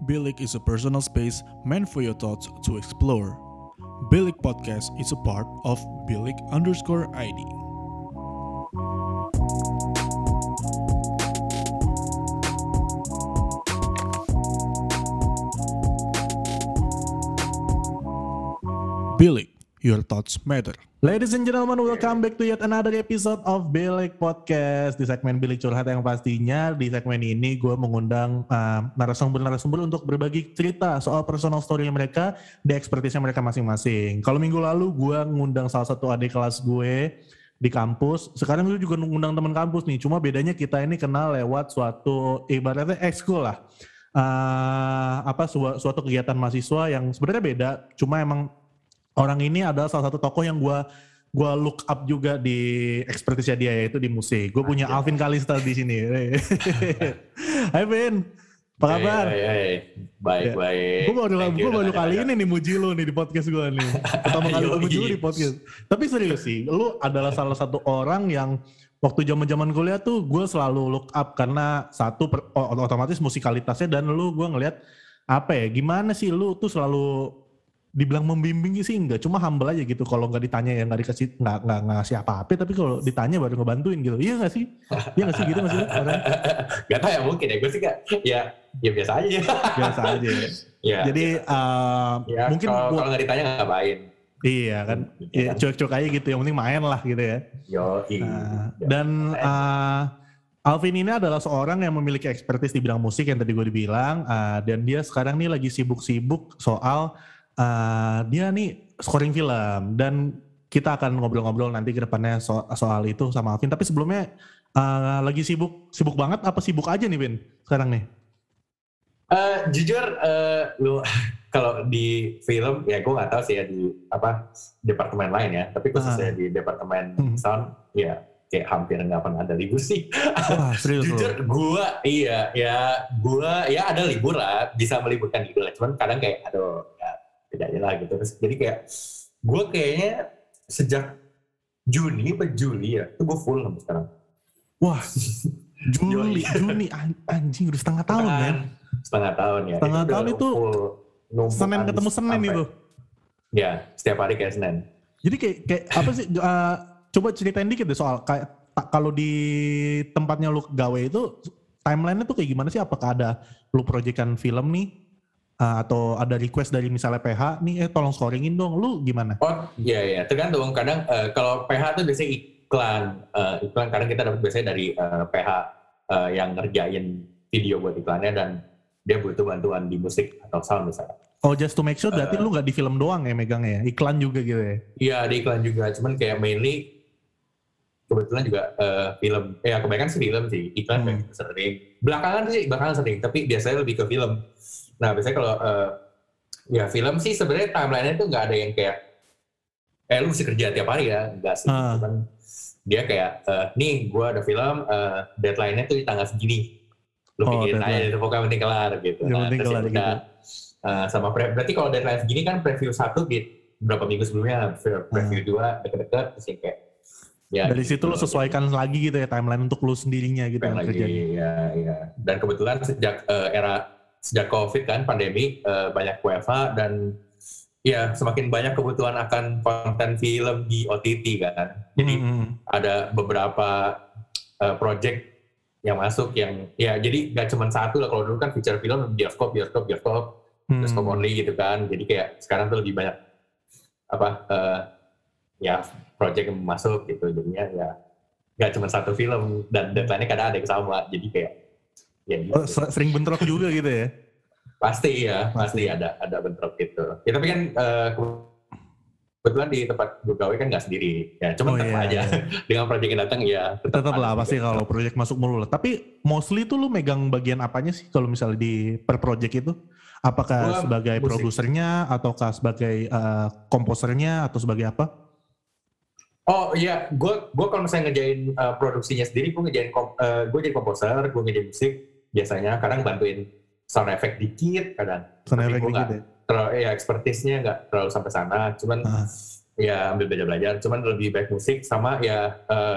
Bilik is a personal space meant for your thoughts to explore. Bilik Podcast is a part of Bilik_ID. Bilik, your thoughts matter. Ladies and gentlemen, welcome back to yet another episode of Bilik Podcast. Di segmen Bilik Curhat yang pastinya di segmen ini gue mengundang narasumber-narasumber untuk berbagi cerita soal personal story mereka di expertise mereka masing-masing. Kalau minggu lalu gue ngundang salah satu adik kelas gue di kampus. Sekarang gue juga ngundang teman kampus nih. Cuma bedanya kita ini kenal lewat suatu ibaratnya ekskul lah. Suatu kegiatan mahasiswa yang sebenarnya beda. Cuma emang orang ini adalah salah satu tokoh yang gue look up juga di expertise-nya dia, yaitu di musik. Gue punya Alvin Kalista di sini. Hai Vin, apa kabar? Baik. Gue baru kali ini nih muji lu nih di podcast gue nih. Pertama kali gue muji lu di podcast. Tapi serius sih, lu adalah salah satu orang yang waktu zaman kuliah tuh gue selalu look up karena satu otomatis musikalitasnya, dan gue ngelihat gimana sih lu tuh selalu dibilang membimbing sih enggak, cuma humble aja gitu. Kalau nggak ditanya ya nggak dikasih, nggak ngasih apa-apa, tapi kalau ditanya baru ngebantuin gitu. Iya nggak sih gitu nggak sih? Gak tau ya, mungkin ya, gue sih gak, ya biasa aja. Biasa aja. Ya. Jadi mungkin kalau nggak ditanya ngapain? Iya kan, ya, cuek-cuek aja gitu. Yang penting main lah gitu ya. Dan Alvin ini adalah seorang yang memiliki expertise di bidang musik yang tadi gue dibilang, dan dia sekarang nih lagi sibuk-sibuk soal dia nih scoring film, dan kita akan ngobrol-ngobrol nanti ke depannya soal itu sama Alvin. Tapi sebelumnya lagi sibuk banget apa sibuk aja nih Vin sekarang nih? Jujur lu kalau di film ya gue nggak tahu sih ya di departemen lain ya, tapi khususnya di departemen sound ya kayak hampir nggak pernah ada libur sih. Wah, serius. Jujur gue ada libur lah, bisa meliburkan gitu lah, cuman kadang kayak bedanya lah gitu. Terus jadi kayak gue kayaknya sejak Juni ya itu gue full sampai sekarang. Wah, Juni anjing udah setengah tahun kan? Setengah tahun ya. Setengah tahun itu Senin ketemu Senin itu. Ya, setiap hari kayak Senin. Jadi kayak apa sih? Coba ceritain dikit deh soal kayak kalau di tempatnya lu gawe itu timeline-nya tuh kayak gimana sih? Apakah ada lu proyekan film nih? Atau ada request dari misalnya PH nih, tolong scoringin dong, lu gimana? Oh iya, tergantung. Kadang kalau PH tuh biasanya iklan kadang kita dapat biasanya dari PH yang ngerjain video buat iklannya, dan dia butuh bantuan di musik atau sound misalnya. Oh, just to make sure berarti lu gak di film doang ya megangnya ya, iklan juga gitu ya? Iya, di iklan juga, cuman kayak mainly kebetulan juga film, kebanyakan sih film sih, iklan kayak sering. Belakangan sering, tapi biasanya lebih ke film. Nah biasanya kalau film sih sebenarnya timeline-nya tuh nggak ada yang kayak lu mesti kerja tiap hari ya, nggak sih. Cuman dia kayak nih gue ada film, deadline-nya tuh di tanggal segini, lu pikirin aja itu pokoknya penting kelar gitu. Sama berarti kalau deadline segini kan preview 1 di beberapa minggu sebelumnya, preview 2 deket-deket, terus kayak dari situ lu sesuaikan lagi gitu ya timeline untuk lu sendirinya gitu kan kerjanya. Iya. Dan kebetulan sejak COVID kan, pandemi, banyak WFH, dan ya semakin banyak kebutuhan akan konten film di OTT kan. Jadi ada beberapa project yang masuk yang ya jadi nggak cuma satu lah. Kalau dulu kan feature film bioskop only gitu kan. Jadi kayak sekarang tuh lebih banyak project yang masuk gitu. Jadinya ya nggak cuma satu film, dan deadline-nya kadang ada yang sama. Jadi kayak ya gitu. Sering bentrok juga gitu ya? Pasti ada bentrok gitu. Ya tapi kan kebetulan di tempat gue gawe kan nggak sendiri. Ya cuma tetap aja dengan proyek yang datang ya tetap lah pasti kalau proyek masuk mulu lah. Tapi mostly tuh lu megang bagian apanya sih kalau misalnya di per project itu? Apakah sebagai produsernya, ataukah sebagai komposernya, atau sebagai apa? Oh iya, gue kalau misalnya ngerjain produksinya sendiri, gue jadi komposer, gue ngerjain musik biasanya. Kadang bantuin sound effect dikit, kadang. Sound effect dikit ya? Expertise-nya nggak terlalu sampai sana, cuman ya ambil belajar. Cuman lebih baik musik sama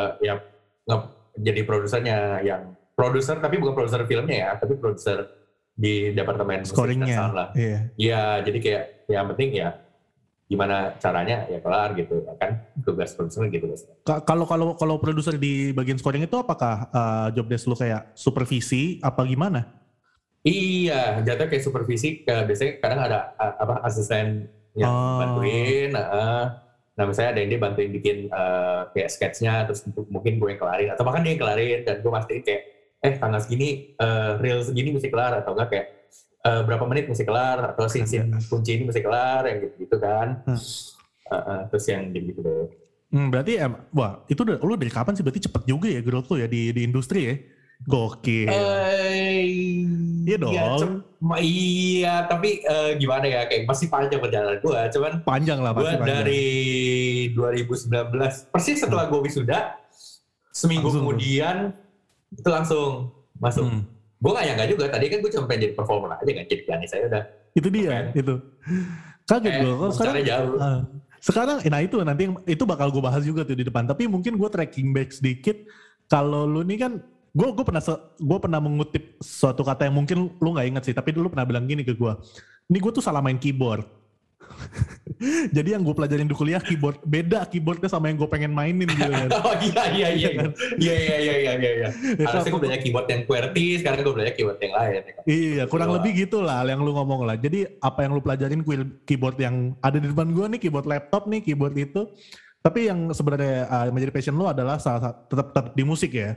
jadi produsernya, yang produser tapi bukan produser filmnya ya, tapi produser di departemen musik dan Scoringnya. sound lah. Iya. Iya, jadi kayak yang penting ya gimana caranya ya kelar gitu kan, tugas produser gitu. Kalau produser di bagian scoring itu apakah job desk lu kayak supervisi apa gimana? Iya, jatuh kayak supervisi, biasanya kadang ada asisten yang bantuin. Nah misalnya ada yang dia bantuin bikin kayak sketchnya, terus mungkin gue yang kelarin, atau bahkan dia yang kelarin, dan gue pastiin kayak tanggal segini, reel segini mesti kelar, atau enggak kayak berapa menit mesti kelar, atau scene kunci ini mesti kelar, yang gitu kan. Terus yang gitu deh. Berarti wah itu lu dari kapan sih? Berarti cepet juga ya growth lu ya di industri ya? Gokil. Iya dong. Iya, tapi gimana ya, kayak masih panjang perjalanan gue. Cuman panjang lah pasti. Gue dari 2019, persis setelah gue wisuda, seminggu langsung, kemudian itu langsung masuk. Gue gak nyangka juga, tadi kan gue cuma pengen jadi performer aja kan, jadi pianis saya udah. Itu dia, itu. Kaget gue. Sekarang jauh. Sekarang, nah itu nanti itu bakal gue bahas juga tuh di depan. Tapi mungkin gue tracking back sedikit. Kalau lu nih kan, gue pernah mengutip suatu kata yang mungkin lu nggak inget sih, tapi dulu pernah bilang gini ke gue. Ini gue tuh salah main keyboard. Jadi yang gue pelajarin di kuliah beda keyboardnya sama yang gue pengen mainin gitu kan. Oh iya. Harusnya gue belajar keyboard yang QWERTY, sekarang gue belajar keyboard yang lain. Iya, kurang lebih gitu lah yang lu ngomong lah. Jadi apa yang lu pelajarin keyboard yang ada di depan gue nih, keyboard laptop nih, keyboard itu. Tapi yang sebenarnya menjadi passion lu adalah tetap di musik ya.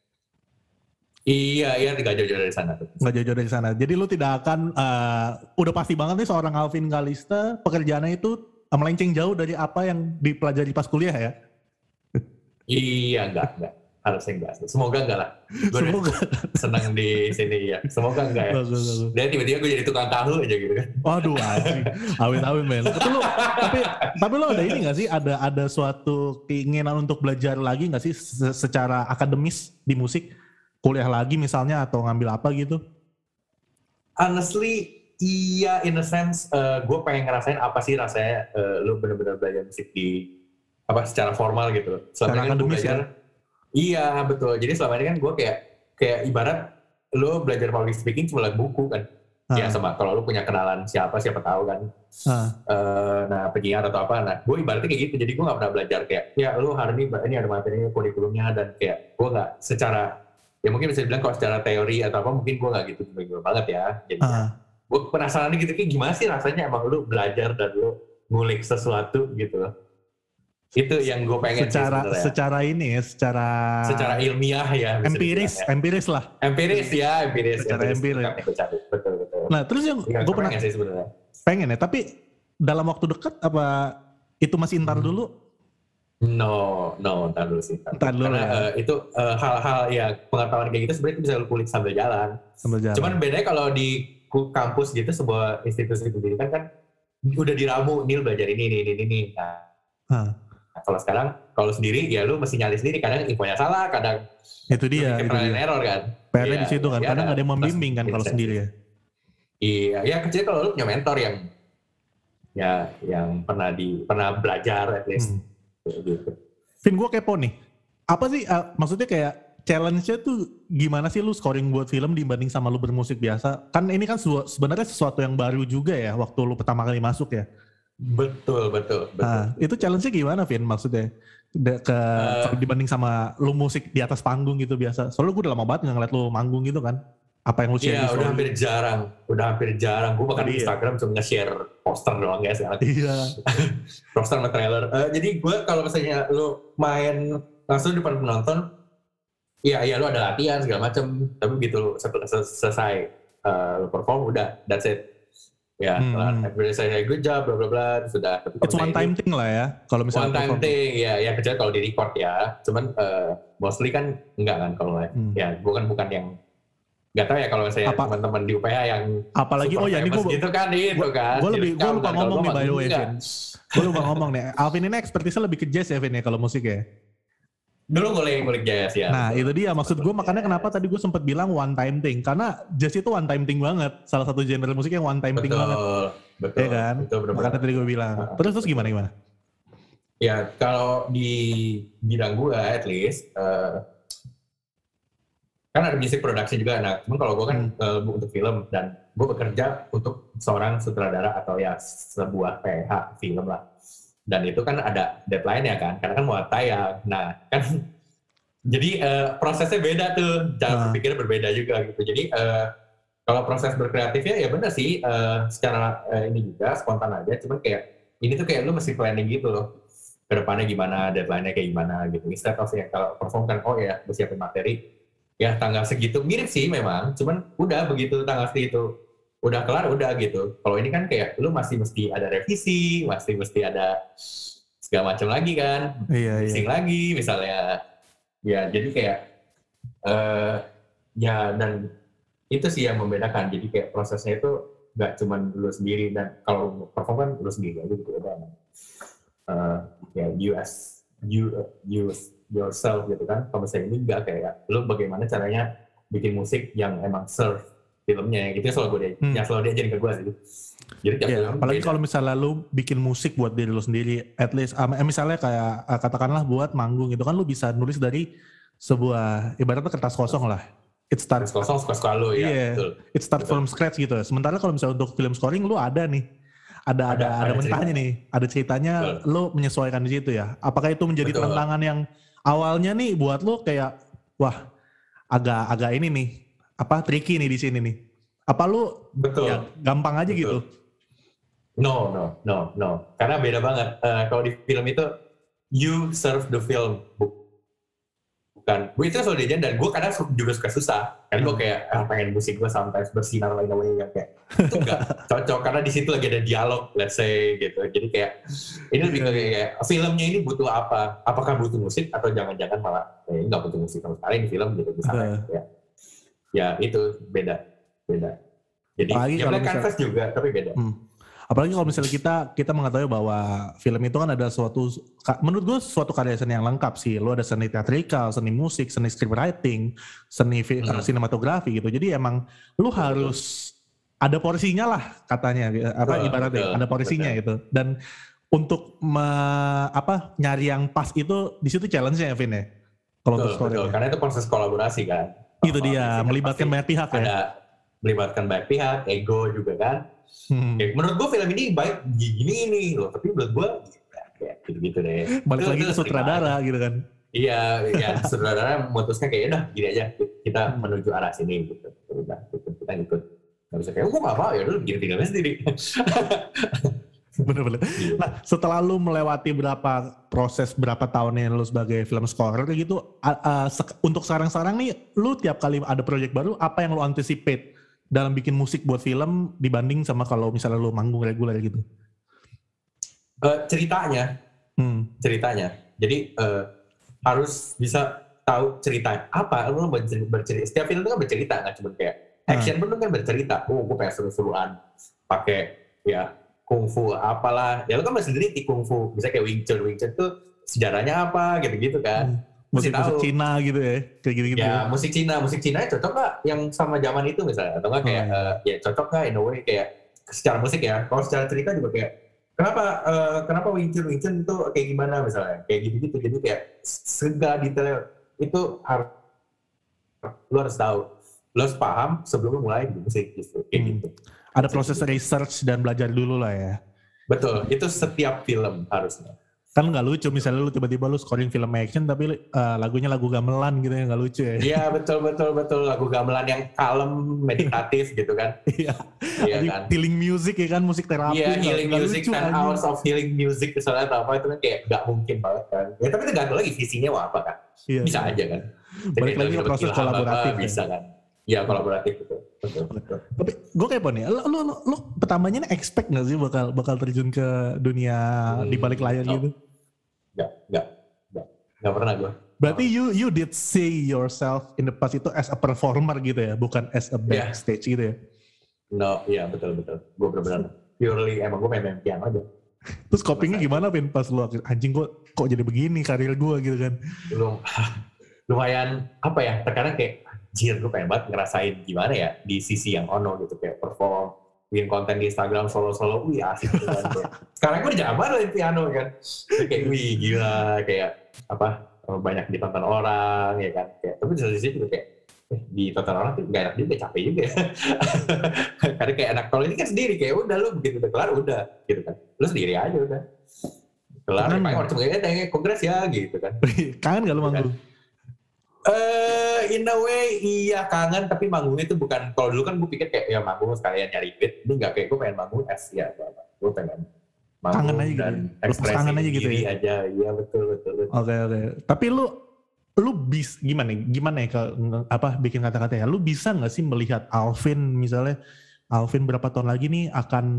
Iya, nggak jauh-jauh dari sana. Nggak jauh-jauh dari sana. Jadi lu tidak akan, udah pasti banget nih seorang Alvin Kalista, pekerjaannya itu melenceng jauh dari apa yang dipelajari pas kuliah ya? Iya, enggak. Harusnya enggak. Semoga enggak lah. Gue senang di sini ya. Semoga enggak ya. Dan tiba-tiba gue jadi tukang tahu aja gitu kan. Waduh, awin men. Tapi lo ada ini nggak sih? Ada suatu keinginan untuk belajar lagi nggak sih secara akademis di musik? Kuliah lagi misalnya atau ngambil apa gitu? Honestly, iya, in a sense, gue pengen ngerasain apa sih rasanya lo bener-bener belajar musik di secara formal gitu. Selama ini gue belajar. Ya? Iya betul. Jadi selama ini kan gue kayak ibarat lo belajar public speaking cuma lewat buku kan. Ya sama kalau lo punya kenalan siapa tahu kan. Nah penyiar atau apa. Nah gue ibaratnya kayak gitu. Jadi gue nggak pernah belajar kayak ya lo hari ini ada materinya, kurikulumnya, dan kayak gue nggak secara, ya mungkin bisa dibilang kalau secara teori atau apa mungkin gue nggak gitu banget ya. Jadi gue penasaran gitu kayak gimana sih rasanya emang lu belajar dan lu ngulik sesuatu gitu loh. Itu yang gue pengen secara ilmiah ya. Empiris lah. Empiris. Secara empiris. Betul. Nah terus yang gue pernah sih sebenarnya. Pengen ya, tapi dalam waktu dekat apa itu masih ntar dulu? No, ntar dulu sih. Karena itu hal-hal ya pengetahuan kayak gitu sebenarnya bisa lu kulik sambil jalan. Cuman bedanya kalau di kampus gitu, sebuah institusi pendidikan kan udah diramu, nih belajar ini. Nah, kalau sekarang kalau sendiri ya lu mesti nyari sendiri, kadang infonya salah, kadang itu dia error kan. PR-nya di situ kan, kadang nggak ada yang membimbing kan kalau sendiri ya. Iya, ya kecil kalau lu punya mentor yang pernah belajar at least. Gitu. Vin, gue kepo nih. Apa sih maksudnya kayak challenge-nya tuh gimana sih lu scoring buat film dibanding sama lu bermusik biasa? Kan ini kan sebenarnya sesuatu yang baru juga ya waktu lu pertama kali masuk ya. Betul. Itu challenge-nya gimana, Vin? Maksudnya dibanding sama lu musik di atas panggung gitu biasa. Soalnya gue udah lama banget nggak ngeliat lu manggung gitu kan. Apa yang lu share? Iya, udah hampir jarang. Gue bahkan di Instagram cuma nge-share poster doang ya sekarang. Iya. Poster sama trailer. Jadi gue kalau misalnya lu main langsung di depan penonton, iya lu ada latihan segala macam. Tapi begitu lu selesai lu perform, udah that's it. Ya, setelah saya good job, bla bla bla, sudah. It's one time thing lah ya. Kalau misalnya one time thing, ya kecuali kalau di record ya. Cuman mostly kan enggak kan kalau live. Ya, gue kan bukan yang, nggak tahu ya kalau saya teman-teman di UPH yang apalagi ini gue gitu kan. Gue lupa ngomong nih by the way, Vin. Gue lupa ngomong nih. Alvin ini ekspertisnya lebih ke jazz ya, Vin ya, kalau musik ya. Dulu ngulik jazz ya. Nah itu dia maksud gue, makanya kenapa tadi gue sempat bilang one time thing, karena jazz itu one time thing banget, salah satu genre musik yang one time thing banget. Betul. Ya kan? Makanya tadi gue bilang. Terus gimana? Ya kalau di bidang gue at least kan ada music production juga. Nah cuman kalau gue kan untuk film, dan gue bekerja untuk seorang sutradara atau ya sebuah PH film lah. Dan itu kan ada deadline ya kan, karena kan mau tayang. Nah kan jadi prosesnya beda tuh, cara berpikirnya berbeda juga gitu. Jadi kalau proses berkreatifnya ya benar sih, secara ini juga spontan aja. Cuman kayak ini tuh kayak lu mesti planning gitu loh, kedepannya gimana, deadline-nya kayak gimana gitu. Instead of yang kalau perform kan, oh ya bersiapin materi, ya tanggal segitu mirip sih memang. Cuman udah begitu tanggal segitu udah kelar udah gitu. Kalau ini kan kayak lu masih mesti ada revisi, masih mesti ada segala macam lagi kan, mixing lagi misalnya. Ya jadi kayak ya dan itu sih yang membedakan. Jadi kayak prosesnya itu nggak cuma lu sendiri, dan kalau perform kan lu sendiri aja gitu ya. Ya you yourself gitu kan. Kalau misalnya ini nggak kayak lu bagaimana caranya bikin musik yang emang serve filmnya gitu, selalu dia jadi ke gue sih. Jadi apalagi kalau misalnya lu bikin musik buat diri lu sendiri, at least misalnya kayak katakanlah buat manggung itu kan lu bisa nulis dari sebuah ibaratnya kertas kosong lah. It start kosong suka lu ya. Betul. It start from scratch gitu. Sementara kalau misalnya untuk film scoring lu ada nih. Ada mentahnya nih, ada ceritanya. Betul. Lu menyesuaikan di situ ya. Apakah itu menjadi tantangan yang awalnya nih buat lu kayak wah agak ini nih, tricky nih di sini nih. Apa lu ya gampang aja gitu? No. Karena beda banget. Kalau di film itu you serve the film, bukan. Gue itu selalu diajarin, dan gue kadang juga suka susah. Karena gue kayak pengen musik gue sometimes bersinar lain-lain yang kayak itu nggak cocok karena di situ lagi ada dialog, let's say gitu. Jadi kayak ini lebih kayak filmnya ini butuh apa? Apakah butuh musik atau jangan-jangan malah nggak butuh musik sama sekali di film gitu misalnya. Ya itu beda. Jadi ya canvas juga tapi beda. Apalagi kalau misalnya kita mengetahui bahwa film itu kan ada menurut gue suatu karya seni yang lengkap sih. Lu ada seni teatrikal, seni musik, seni scriptwriting, seni sinematografi gitu. Jadi emang lu harus ada porsinya lah katanya, ibaratnya ada porsinya gitu. Dan untuk nyari yang pas itu di situ challenge-nya ya, Vin ya. Kalau untuk story. Betul, karena itu proses kolaborasi kan. Itu dia, melibatkan banyak pihak ya. Melibatkan banyak pihak, ego juga kan. Ya, menurut gue film ini baik gini loh, tapi menurut gue ya gitu-gitu deh. Balik lagi ke sutradara gitu kan. Iya, sutradara memutuskan kayak udah gini aja, kita menuju arah sini gitu. Udah, kita ikut. Gak bisa kayak, gue gak apa, ya udah bikin filmnya sendiri. Bener-bener. Nah, setelah lu melewati berapa tahunnya lu sebagai film scorer gitu, untuk sekarang-sekarang nih, lu tiap kali ada proyek baru, apa yang lu anticipate dalam bikin musik buat film dibanding sama kalau misalnya lu manggung reguler gitu? Ceritanya. Jadi harus bisa tahu ceritanya apa. Lu bercerita. Setiap film itu kan bercerita, nggak cuma kayak action pun kan bercerita. Gue pengen seru-seruan pakai ya kungfu apalah. Ya lu kan masih sendiri kungfu. Misalnya kayak Wing Chun tuh sejarahnya apa gitu-gitu kan. Musik Cina gitu ya, kayak gitu-gitu ya. Musik Cina cocok gak yang sama zaman itu misalnya, atau gak kayak ya cocok gak in a way kayak secara musik ya. Kalau secara cerita juga kayak kenapa Wing Chun itu kayak gimana misalnya, kayak gitu-gitu. Jadi kayak segala detail itu lu harus tahu, lu harus paham sebelum lu mulai di musik gitu. Gitu. Ada proses research dan belajar dulu lah ya. Betul, itu setiap film harusnya. Kan nggak lucu misalnya lu tiba-tiba lu scoring film action tapi lagunya lagu gamelan gitu ya, nggak lucu ya. Iya betul lagu gamelan yang kalem, meditatif gitu kan. Iya kan. Healing music ya kan, musik terapi. Iya healing music, 10 hours of healing music misalnya atau apa itu kan kayak nggak mungkin banget kan. Ya tapi tergantung lagi visinya mau apa kan. Iya, bisa aja kan. Balik lagi ke proses kolaboratif bisa kan. Iya kolaboratif betul. Tapi gue kepo nih, lu pertamanya expect nggak sih bakal terjun ke dunia di balik layar gitu? Nggak pernah gue. Berarti you did see yourself in the past itu as a performer gitu ya, bukan as a backstage gitu ya? No, iya betul. Gue benar-benar purely emang gue main piano aja. Terus copingnya gimana Vin pas lu anjing gue kok jadi begini karir gue gitu kan? Lumayan apa ya, terkadang kayak anjir gue pengen banget ngerasain gimana ya di sisi yang ono gitu, kayak perform, bikin konten di Instagram solo-solo, wih asik gitu kan. Sekarang gue udah jarang banget main piano kan. Kayak wih gila, kayak apa, banyak ditonton orang ya kan. Kayak, tapi di sisi juga kayak ditonton orang tuh gak enak juga, capek juga ya. Karena kayak anak tol ini kan sendiri, kayak udah lu begitu udah kelar udah gitu kan, lu sendiri aja udah kelar, ya paling orang cuma kayak kongres ya gitu kan. Kangen gak lu manggung? In a way iya kangen, tapi manggungnya itu bukan, kalau dulu kan gue pikir kayak ya manggung sekalian nyari duit, ini gak, kayak gue pengen manggung ya gue pengen manggung kangen aja dan gitu. ekspresi aja gitu diri ya? aja, iya betul. Oke. Tapi lu gimana ya bikin kata-kata ya? Lu bisa nggak sih melihat Alvin berapa tahun lagi nih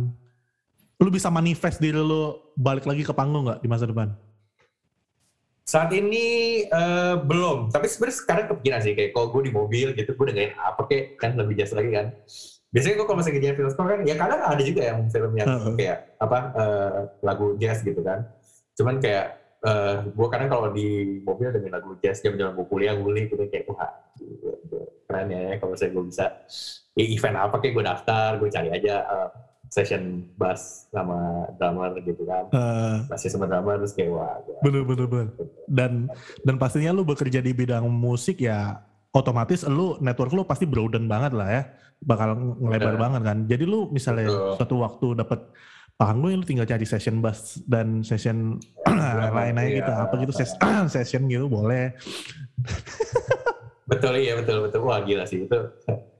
lu bisa manifest diri lu balik lagi ke panggung nggak di masa depan? Saat ini belum, tapi sebenarnya sekarang kepikiran sih, kayak kalau gue di mobil gitu, gue dengerin apa kayak kan lebih jazz lagi kan. Biasanya gue kalau misalnya ngerjain film score kan, ya kadang ada juga yang film yang kayak lagu jazz gitu kan. Cuman kayak gue kadang kalau di mobil dengerin lagu jazz, jam-jam gue kuliah gitu kayak wah keren ya kalau saya gue bisa event apa kayak gue daftar, gue cari aja session bass sama drummer gitu kan, bassnya sama drummer, terus kayak wah bener. Dan pastinya lu bekerja di bidang musik ya, otomatis network lu pasti broaden banget lah ya, bakal ngelebar banget kan. Jadi lu misalnya suatu waktu dapet panggung, lu tinggal cari session bass dan session lain-lain gitu, apa gitu session gitu boleh. Betul, wah gila sih itu.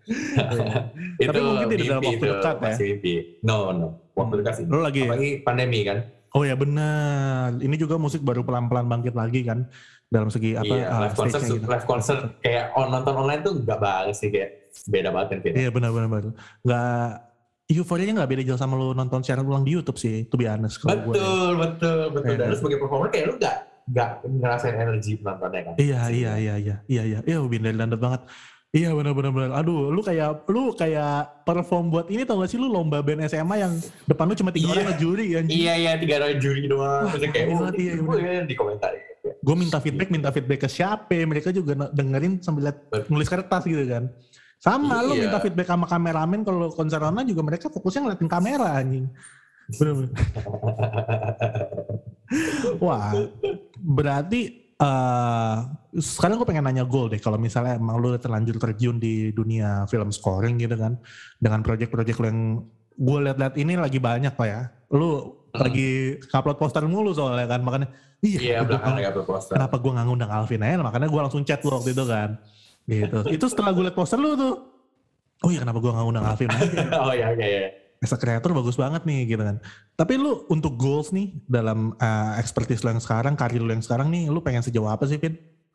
Itu tapi mungkin tidak dalam waktu dekat ya. Masih mimpi. No. Waktu dekat sih. Lu lagi apalagi pandemi kan. Oh ya benar. Ini juga musik baru pelan-pelan bangkit lagi kan dalam segi live concert kayak nonton online tuh enggak banget sih, kayak beda banget kan. Iya benar. Enggak, euforianya enggak beda jauh sama lu nonton secara ulang di YouTube sih, to be honest. Betul. Dan lu sebagai performer kayak lu enggak ngerasain energi penontonnya kan. Iya, Bin dari landet banget. Iya benar. Aduh, lu kayak perform buat ini, tau gak sih lu lomba band SMA yang depan lu cuma 3 orang ngejuri kan? Iya 3 orang juri doang. Terus kayak di komentar. Gue minta feedback ke siapa? Mereka juga dengerin sambil nulis kertas gitu kan. Sama lu minta feedback sama kameramen, kalau konser online juga mereka fokusnya ngeliatin kamera anjing. Bener. Wah, berarti sekarang gue pengen nanya Goal deh, kalau misalnya emang lu terlanjur terjun di dunia film scoring gitu kan, dengan project-project lu yang gue lihat-lihat ini lagi banyak Pak ya, lu lagi upload poster mulu soalnya kan, makanya belakangan lagi upload poster. Kenapa gue nggak ngundang Alvin aja, makanya gue langsung chat lu waktu itu kan, gitu. Itu setelah gue liat poster lu tuh, oh iya kenapa gue nggak ngundang Alvin aja? Oh iya. As a creator bagus banget nih gitu kan. Tapi lu untuk goals nih dalam expertise lu yang sekarang, karir lu yang sekarang nih, lu pengen sejauh apa sih, Vin?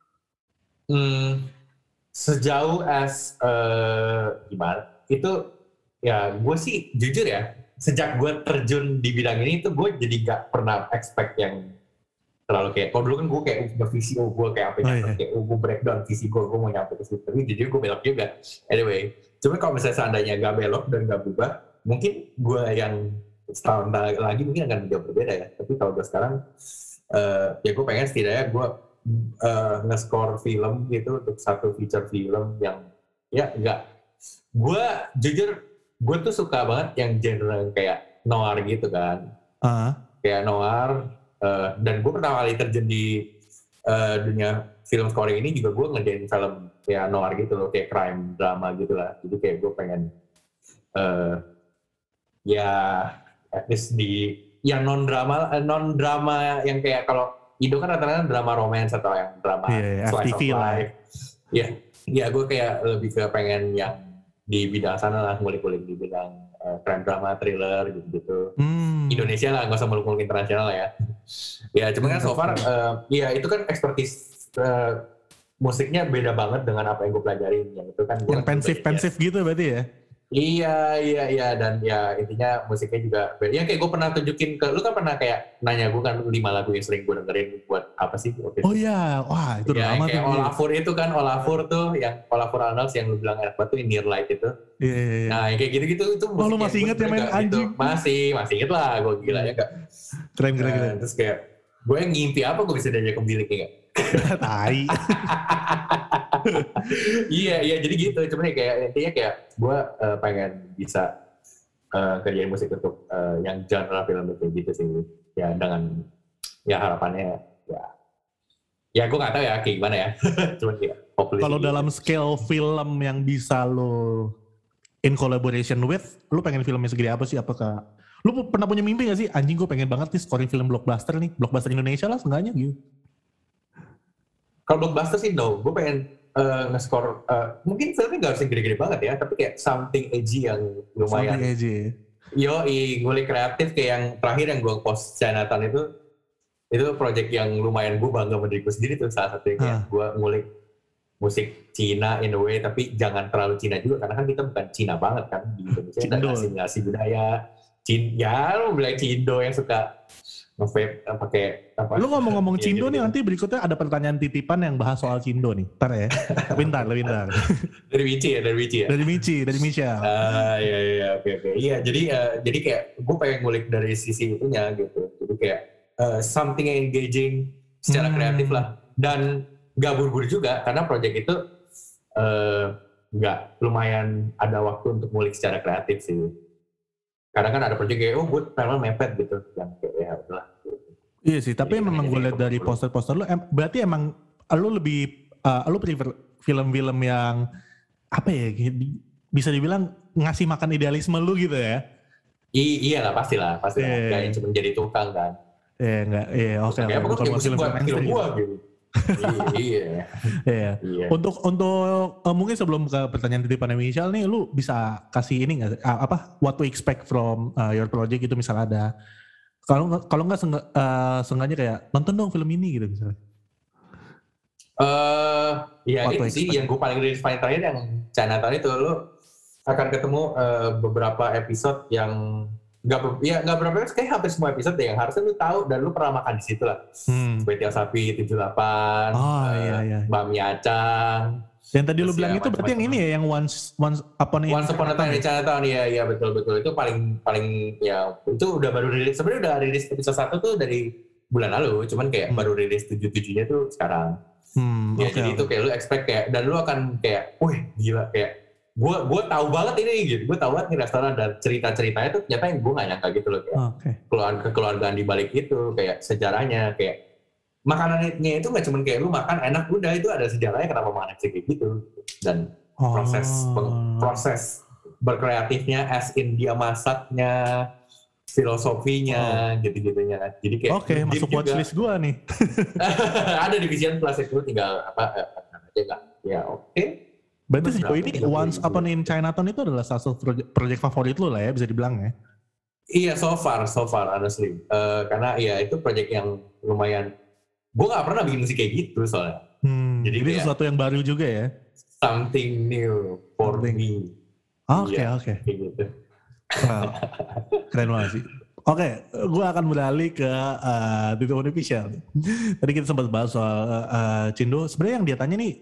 Sejauh as gimana? Itu ya gue sih jujur ya, sejak gue terjun di bidang ini tuh gue jadi gak pernah expect yang terlalu kayak, kalau dulu kan gue kayak udah visi gue kayak apa ya, kayak gue breakdown visi gue mau nyampe ke situ, tapi jujur gue belok juga. Anyway, cuma kalau misalnya seandainya gak belok dan gak berubah, mungkin gue yang setahun lagi mungkin akan jauh berbeda ya. Tapi kalau gue sekarang, ya gue pengen setidaknya gue nge-score film gitu untuk satu feature film yang ya enggak. Gue jujur, gue tuh suka banget yang genre kayak noir gitu kan. Kayak noir, dan gue pertama kali terjun di dunia film scoring ini juga gue ngerjain film kayak noir gitu loh, kayak crime drama gitu lah. Jadi kayak gue pengen ya at least di yang non drama yang kayak kalau Indo kan rata-rata drama romance atau yang drama slice of life. Ya gue kayak lebih ke pengen yang di bidang sana lah, ngulik-ngulik di bidang crime drama, thriller gitu-gitu. Indonesia lah, nggak usah muluk-muluk internasional lah ya. Ya cuma kan so far ya itu kan expertise musiknya beda banget dengan apa yang gue pelajarin. Yang itu kan yang pensif gitu berarti ya? Iya, dan ya intinya musiknya juga beda. Ya kayak gue pernah tunjukin ke lu kan, pernah kayak nanya gue kan 5 lagu yang sering gue dengerin buat apa sih? Oh iya, wah itu udah lama tuh. Kayak Olafur itu kan, Olafur tuh yang Olafur Arnolds yang lu bilang enak banget tuh, Near Light itu. Iya. Nah kayak gitu-gitu itu musiknya. Oh lu masih inget yang main anjing? Gitu. Masih inget lah, gue gila ya kak. Keren. Terus kayak gue yang ngimpi apa gue bisa diajak ke bilik ya kak? Tai. Iya jadi gitu. Cuman ya kayak intinya kayak gue pengen bisa kerjain musik untuk yang genre film kayak gitu sih. Ya dengan ya harapannya ya gue nggak tahu ya kayak gimana ya. Cuman kayak Kalau dalam scale film yang bisa lo in collaboration with, lu pengen filmnya segede apa sih? Apakah lu pernah punya mimpi gak sih? Anjing gue pengen banget nih scoring film blockbuster Indonesia lah seenggaknya gitu. Kalau blockbuster sih no, gue pengen nge-score, mungkin filmnya gak harus gede-gede banget ya, tapi kayak something edgy yang lumayan. Something edgy. Ngulik kreatif kayak yang terakhir yang gue post Chinatown itu project yang lumayan gue bangga sama diriku sendiri tuh, salah satunya gue ngulik musik Cina in a way, tapi jangan terlalu Cina juga karena kan kita bukan Cina banget kan di Indonesia, ada asimilasi budaya. Ya lu bilang Cindo yang suka nge-vape pakai apa? Lu ngomong-ngomong Cindo nih, nanti berikutnya ada pertanyaan titipan yang bahas soal Cindo nih. Ntar ya. Bentar. Dari Michi ya. Dari Michelle. Iya, oke. Iya, jadi kayak gue pengen ngulik dari sisi itunya gitu. Jadi kayak something yang engaging secara kreatif lah. Dan gak buru-buru juga karena project itu gak lumayan ada waktu untuk ngulik secara kreatif sih. Kadang kan ada project kayak, gue pengen mepet gitu. Yang kayak, ya udahlah. Iya sih, tapi memang gue lihat dari poster-poster lu, berarti emang lu lebih, lu prefer film-film yang, apa ya, bisa dibilang ngasih makan idealisme lu gitu ya? Iya lah, pasti lah. Gak cuma jadi tukang kan. Oke. Kayak bukan film gue gitu. Iya. Untuk mungkin sebelum ke pertanyaan titipan Michelle nih, lu bisa kasih ini nggak what to expect from your project itu, misalnya ada kalau nggak seenggaknya kayak nonton dong film ini gitu misalnya. Itu sih yang gue paling rilis paling terakhir yang Chinatown itu, lu akan ketemu beberapa episode yang nggak berapa episode, kayak hampir semua episode deh yang harusnya lu tahu dan lu pernah makan di situ lah. Kue tiaw sapi 78, Bami Acang. Yang tadi lu bilang itu berarti yang ini ya, yang Once Upon a Time in Chinatown. Iya betul. Itu paling ya, itu udah baru rilis. Sebenarnya udah rilis episode 1 tuh dari bulan lalu, cuman kayak baru rilis 7-7-nya tuh sekarang. Jadi itu kayak lu expect kayak, dan lu akan kayak, wih gila, kayak gue tahu banget ini gitu, gue tahu banget nih restoran dan cerita-ceritanya tuh ternyata yang gue nggak nyangka gitu loh, kayak keluargaan di balik itu, kayak sejarahnya, kayak makanannya itu nggak cuma kayak lu makan enak udah, itu ada sejarahnya kenapa makan kayak gitu, dan proses berkreatifnya, as in dia masaknya, filosofinya, gitu-gitunya kan. Jadi kayak masuk watchlist gue nih. Ada di Vision Plus itu, tinggal aja nggak? Ya oke. Berarti sejauh ini Once Upon in Chinatown itu adalah salah satu project favorit lo lah ya, bisa dibilang ya? Iya, so far honestly. Karena ya itu project yang lumayan, gue gak pernah bikin musik kayak gitu soalnya. Jadi sesuatu yang baru juga ya? Something new for me. Oke. Kayak gitu. Wow. Keren banget sih. Oke, gue akan beralih ke titipan Michelle. Tadi kita sempat bahas soal Cindo. Sebenarnya yang dia tanya nih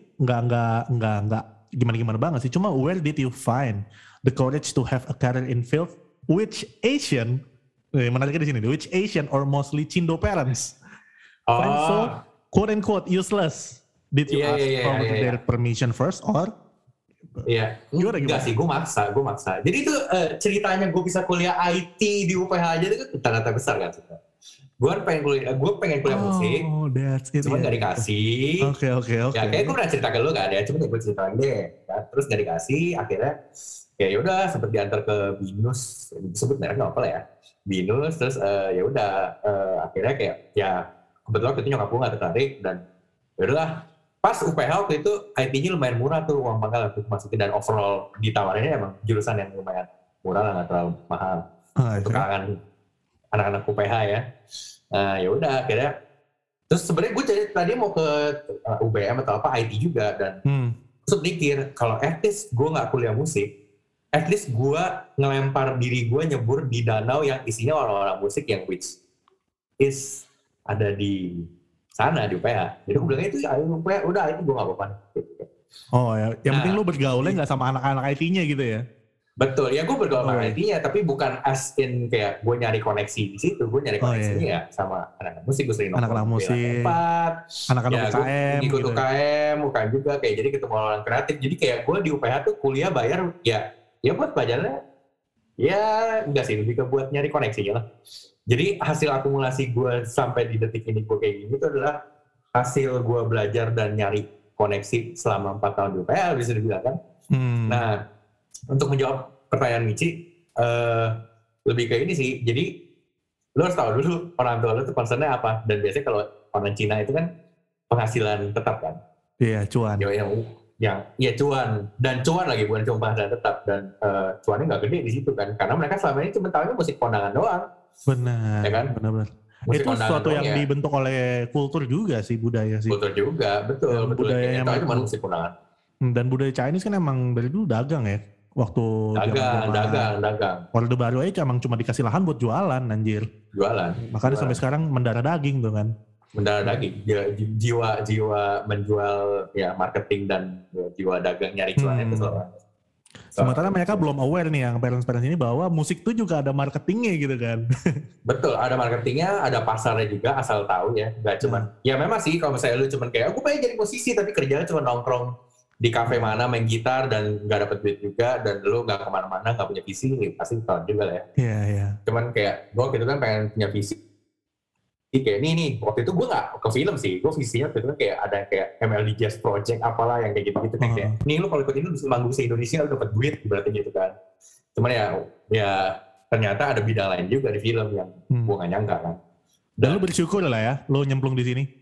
nggak gimana banget sih. Cuma where did you find the courage to have a career in film? Which Asian, menariknya di sini, which Asian or mostly Cindo parents find so quote unquote useless? Did you ask for their permission first or? Iya, enggak sih, gue maksa. Jadi itu ceritanya gue bisa kuliah IT di UPH aja itu tanda-tanda besar kan. Gue pengen kuliah musik, cuma gak dikasih. Oke. Ya kayak gue pernah cerita ke lu kan ya, cuma gue cerita lagi deh. Ya, terus gak dikasih, akhirnya ya udah sempet diantar ke Binus, disebut mereknya apa lah ya, Binus. Terus ya udah akhirnya kayak ya kebetulan waktu itu nyokap gue gak tertarik, dan ya udahlah. Pas UPH waktu itu IT-nya lumayan murah tuh uang pangkal untuk masukin, dan overall ditawarinnya emang jurusan yang lumayan murah lah, nggak terlalu mahal untuk kalangan anak-anak UPH ya. Nah ya udah akhirnya, terus sebenarnya gue tadi mau ke UBM atau apa IT juga, dan terus mikir kalau at least gue nggak kuliah musik, at least gue ngelempar diri gue nyebur di danau yang isinya orang-orang musik yang which is ada di sana di UPH. Jadi gue bilang itu ya UPH, udah itu gue gak apa-apa. Oh ya, yang penting lu bergaulnya gak sama anak-anak IT-nya gitu ya? Betul, ya gue bergaul sama IT-nya, tapi bukan as in kayak gue nyari koneksi di situ, gue nyari koneksinya ya sama anak-anak musik, gue sering anak-anak musik, anak-anak ya, UKM, ikut gitu. UKM juga, kayak jadi ketemu orang kreatif. Jadi kayak gue di UPH tuh kuliah bayar, ya buat pelajarannya, ya enggak sih, lebih ke buat nyari koneksinya lah. Jadi hasil akumulasi gue sampai di detik ini gue kayak gini itu adalah hasil gue belajar dan nyari koneksi selama 4 tahun di UPL bisa dibilang kan. Nah, untuk menjawab pertanyaan Michi, lebih ke ini sih. Jadi lo harus tahu dulu orang tua lo tuh concernnya apa. Dan biasanya kalau orang Cina itu kan penghasilan tetap kan. Iya, cuan. Yang cuan, dan cuan lagi bukan cuma penghasilan tetap, dan cuannya nggak gede di situ kan, karena mereka selama ini cuma tahunya musik kondangan doang. Benar. Ya kan? Benar. Itu sesuatu yang dibentuk oleh kultur juga sih, budaya sih. Kultur juga, betul. Budayanya cuma musik kondangan. Dan budaya Chinese kan emang dari dulu dagang ya. Waktu dagang. Orde Baru aja emang cuma dikasih lahan buat jualan, anjir. Makanya sampai sekarang mendarah daging tuh kan. Mendarah daging, jiwa menjual ya marketing dan jiwa dagang nyari cuannya itu selalu. Sementara mereka belum aware nih yang parents-parents ini bahwa musik itu juga ada marketingnya gitu kan. Betul, ada marketingnya, ada pasarnya juga, asal tahu ya. Gak cuman, ya memang sih kalau misalnya lu cuman kayak, aku pengen jadi musisi tapi kerjanya cuma nongkrong di kafe mana main gitar dan gak dapet duit juga, dan lu gak kemana-mana, gak punya visi, pasti tahun juga lah ya. Iya. Cuman kayak, gue gitu kan pengen punya visi. Kayak nih, waktu itu gue gak ke film sih, gue visinya waktu itu kan kayak ada kayak MLD Jazz Project apalah yang kayak gitu-gitu kayak nih lu kalau ikut ini lu bisa manggung se-Indonesia lu dapat duit berarti gitu kan. Cuman ya ternyata ada bidang lain juga di film yang gue gak nyangka kan. Dan lu bersyukur lah ya, lu nyemplung di sini.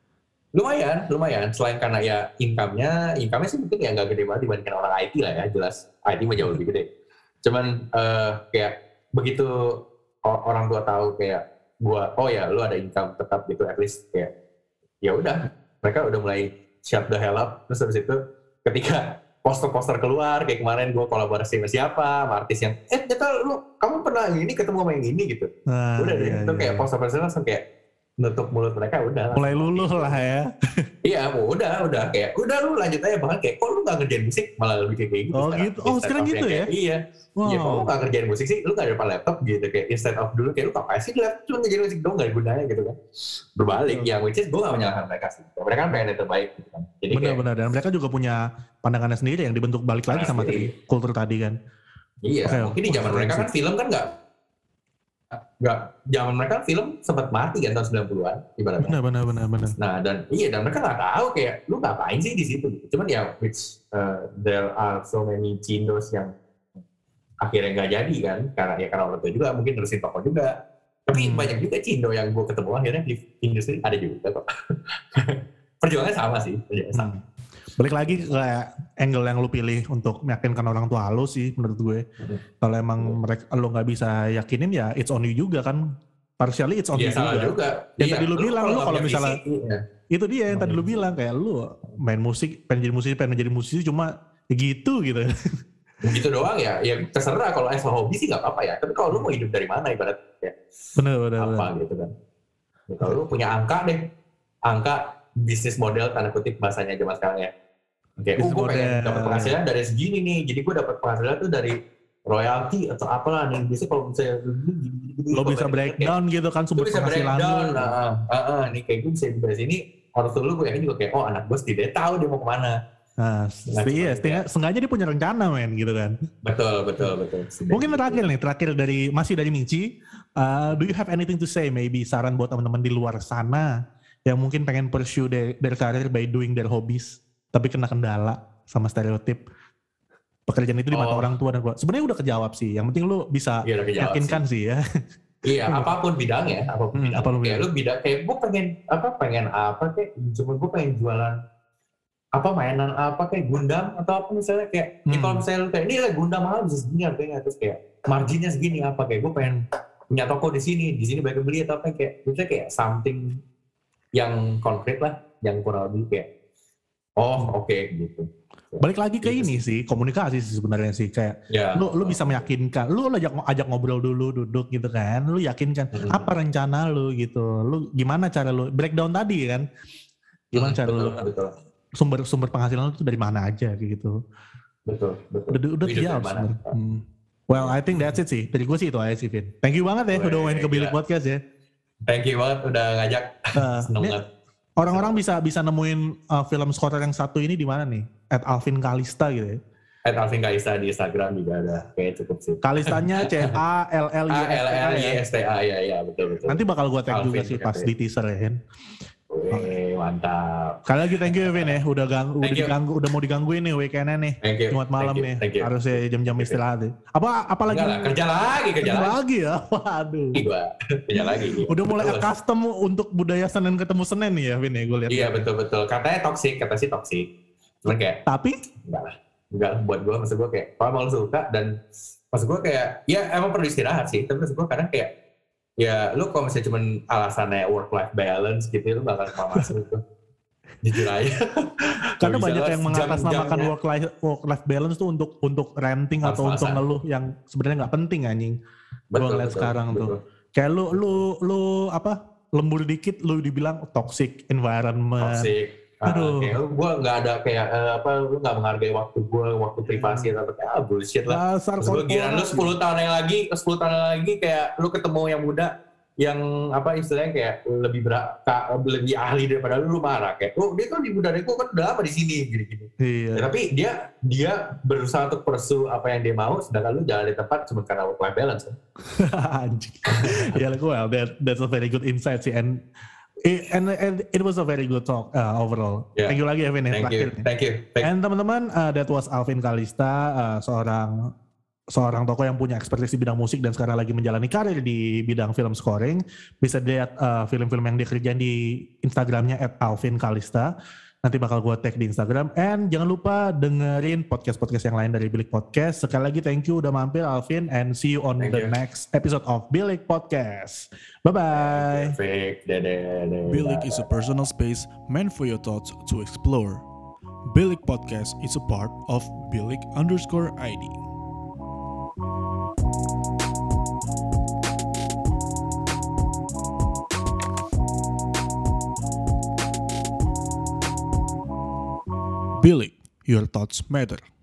Lumayan. Selain karena ya income-nya sih mungkin ya gak gede banget dibandingkan orang IT lah ya, jelas IT mah jauh lebih gede. Cuman kayak begitu orang tua tahu kayak gua, oh ya lu ada income tetap gitu, at least kayak ya udah mereka udah mulai shut the hell up. Terus habis itu ketika poster-poster keluar kayak kemarin gua kolaborasi sama siapa, sama artis yang ternyata kamu pernah ini ketemu sama yang ini gitu. Udah deh itu kayak poster-poster langsung kayak nutup mulut mereka, udah mulai luluh lah ya. Iya, udah kayak udah lu lanjut aja, bahkan kayak kok lu gak ngerjain musik, malah lebih kayak gitu. Sekarang gitu ya? Iya. Iya, kok lu gak ngerjain musik sih, lu gak ada depan laptop gitu, kayak instead of dulu kayak lu ngapain sih di laptop, cuma ngerjain musik dong, gak ada gunanya gitu kan. Berbalik, yang which is gue gak menyalahkan mereka sih. Mereka kan pengen yang terbaik gitu kan. Benar, dan mereka juga punya pandangannya sendiri yang dibentuk balik lagi sama kultur tadi kan. Iya, mungkin di zaman mereka kan film kan zaman mereka film sempat mati kan tahun 90-an ibaratnya. Benar. Nah dan mereka nggak tahu kayak lu ngapain sih di situ. Cuman ya there are so many Cindos yang akhirnya nggak jadi kan, karena orang tua juga mungkin nerusin toko juga. Tapi banyak juga Cindo yang gue ketemu akhirnya di industri ada juga kok. Perjuangannya sama sih. Balik lagi ke angle yang lu pilih untuk meyakinkan orang tua lu sih menurut gue. Kalau emang lu gak bisa yakinin ya it's on you juga kan. Partially it's on you juga. Yang tadi lu bilang lu kalau misalnya itu dia yang tadi lu bilang kayak lu main musik, pengen jadi musisi cuma gitu. Begitu doang ya terserah, kalau asal hobi sih gak apa-apa ya. Tapi kalau lu mau hidup dari mana ibaratnya. Bener. Apa gitu kan. Kalau lu punya angka bisnis model tanda kutip bahasanya zaman sekarang ya. Kayak, gue pengen dapat penghasilan dari segini nih, jadi gue dapat penghasilan tuh dari royalti atau apalah nih. Biasanya kalau misalnya lo bisa breakdown gitu kan sumber penghasilan lo. Nih kayak gue bisa dari sini, orang tua lu gue yakin juga kayak, oh anak gue setidaknya tahu dia mau kemana. Nah, sengaja dia punya rencana men gitu kan. Betul. Mungkin terakhir masih dari Michi, do you have anything to say, maybe saran buat teman-teman di luar sana yang mungkin pengen pursue their career by doing their hobbies, tapi kena kendala sama stereotip pekerjaan itu di mata orang tua dan keluarga. Sebenarnya udah kejawab sih. Yang penting lu bisa yakinkan sih ya. Iya, apapun bidangnya, kayak lu bidang kayak gue pengen apa kayak cuma gue pengen jualan mainan apa kayak Gundam atau apa misalnya kayak kalau misalnya lu kayak ini lah Gundam mahal bisa segini harganya, terus kayak marginnya segini apa kayak gue pengen punya toko di sini banyak beli atau apa kayak misalnya kayak something yang konkret lah, yang kurang lebih kayak oke, gitu. Balik lagi ke ini sih, komunikasi sih sebenarnya sih kayak lu bisa meyakinkan, lu ajak ngobrol dulu, duduk gitu kan, lu yakinkan apa rencana lu gitu, lu gimana cara lu breakdown tadi kan, gimana cara lu sumber penghasilan lu tuh dari mana aja gitu. Betul. Udah jawab sebenarnya. Well, I think that's it sih. Dari gue sih itu aja sih, Vin. Thank you banget ya udah main ke Bilik Podcast ya. Thank you banget udah ngajak. Seneng banget. Orang-orang bisa nemuin film scorer yang satu ini di mana nih? @Alvin Kalista gitu ya. @Alvin Kalista di Instagram juga ada, kayak cukup sih. Kalistanya CALLYSTA ya, betul. Nanti bakal gue tag juga sih pas di teaser ya kan. mantap. Sekali lagi thank you ya Vin ya, udah mau digangguin nih weekendnya nih. Jumat malam nih, harusnya jam-jam istirahat nih. Apa lagi? Kerja lagi ya, waduh. Kerja lagi. Udah mulai custom untuk budaya Senin ketemu Senin nih ya Vin ya, gue lihat. Iya betul. Katanya toksik. Cuman kayak enggak lah buat gue, maksud gue kayak kalau mau lu suka dan maksud gue kayak ya emang perlu istirahat sih, tapi maksud gue kadang kayak ya lu kalau misalnya cuman alasannya work life balance gitu lu bakal masuk gitu. Jujur aja. Karena banyak yang mengatasnamakan work life balance tuh untuk renting atau untuk ngeluh yang sebenarnya nggak penting anjing. Gue ngeliat sekarang tuh. Kayak lu lembur dikit lu dibilang toxic environment. Toxic. Aduh. Gue nggak ada kayak lu nggak menghargai waktu privasi atau kayak bullshit lah. Terus gue kira lu 10 tahun lagi kayak lu ketemu yang muda yang istilahnya kayak lebih ahli daripada lu marah kayak dia kan di muda gue kan udah lama di sini gini. Iya. Ya, tapi dia berusaha untuk pursue apa yang dia mau, sedangkan lu jalan di tempat cuma karena work life balance. Anjing. Ya well, that's a very good insight sih and it was a very good talk overall. Yeah. Thank you lagi Alvin ya terakhir. Thank you. And teman-teman, that was Alvin Kalista, seorang tokoh yang punya ekspertise di bidang musik dan sekarang lagi menjalani karir di bidang film scoring. Bisa lihat film-film yang dia kerjain di Instagramnya @alvinkalista. Nanti bakal gue tag di Instagram. And jangan lupa dengerin podcast-podcast yang lain dari Bilik Podcast. Sekali lagi thank you udah mampir Alvin and see you on the next episode of Bilik Podcast. Bye-bye. Bilik is a personal space meant for your thoughts to explore. Bilik Podcast is a part of Bilik_ID. Bilik, your thoughts matter.